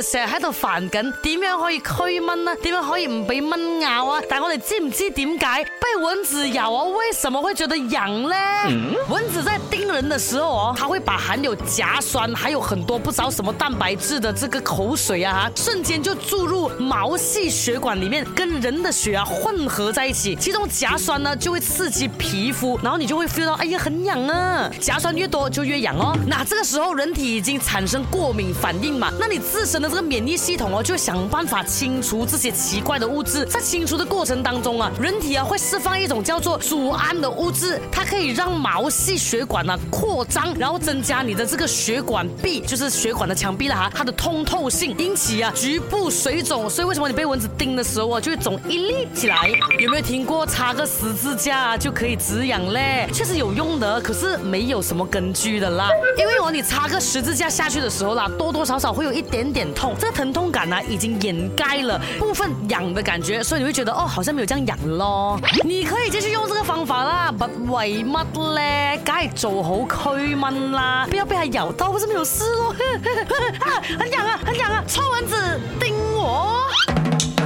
成日喺度煩緊，點樣可以驅蚊啊？點樣可以唔俾蚊咬啊？但我哋知唔知點解被蚊子咬啊？為什麼會覺得癢呢？蚊子在叮人的時候哦，它會把含有甲酸，還有很多不知道什麼蛋白質的這個口水啊，瞬間就注入毛細血管裡面，跟人的血啊混合在一起。其中甲酸呢就會刺激皮膚，然後你就會 feel 到，哎呀很癢啊。甲酸越多就越癢哦。那這個時候人體已經產生過敏反應嘛，那你自身的這個免疫系統哦就會想辦法清除這些奇怪的物質。在清除的過程當中啊，人體啊會釋放一種叫做組胺的物質，它可以讓毛細血管啊擴張，然後增加你的這個血管壁，就是血管的牆壁啦哈，它的通透性，引起啊局部水腫。所以為什麼你被蚊子叮的時候啊就會腫一粒起來？有沒有聽過擦個十字架就可以止癢嘞？確實有用的，可是沒有什麼根據的啦。因為你擦個十字架下去的時候啦，多多少少會有一點點痛，這個疼痛感呢已經掩蓋了部分癢的感覺，所以你會覺得哦好像沒有這樣癢咯。你可以繼續用這個方法啦，but 為乜咧？梗係做好驅蚊啦，不要被它咬到，不是沒有事咯。很癢啊，很癢啊，臭蚊子叮我。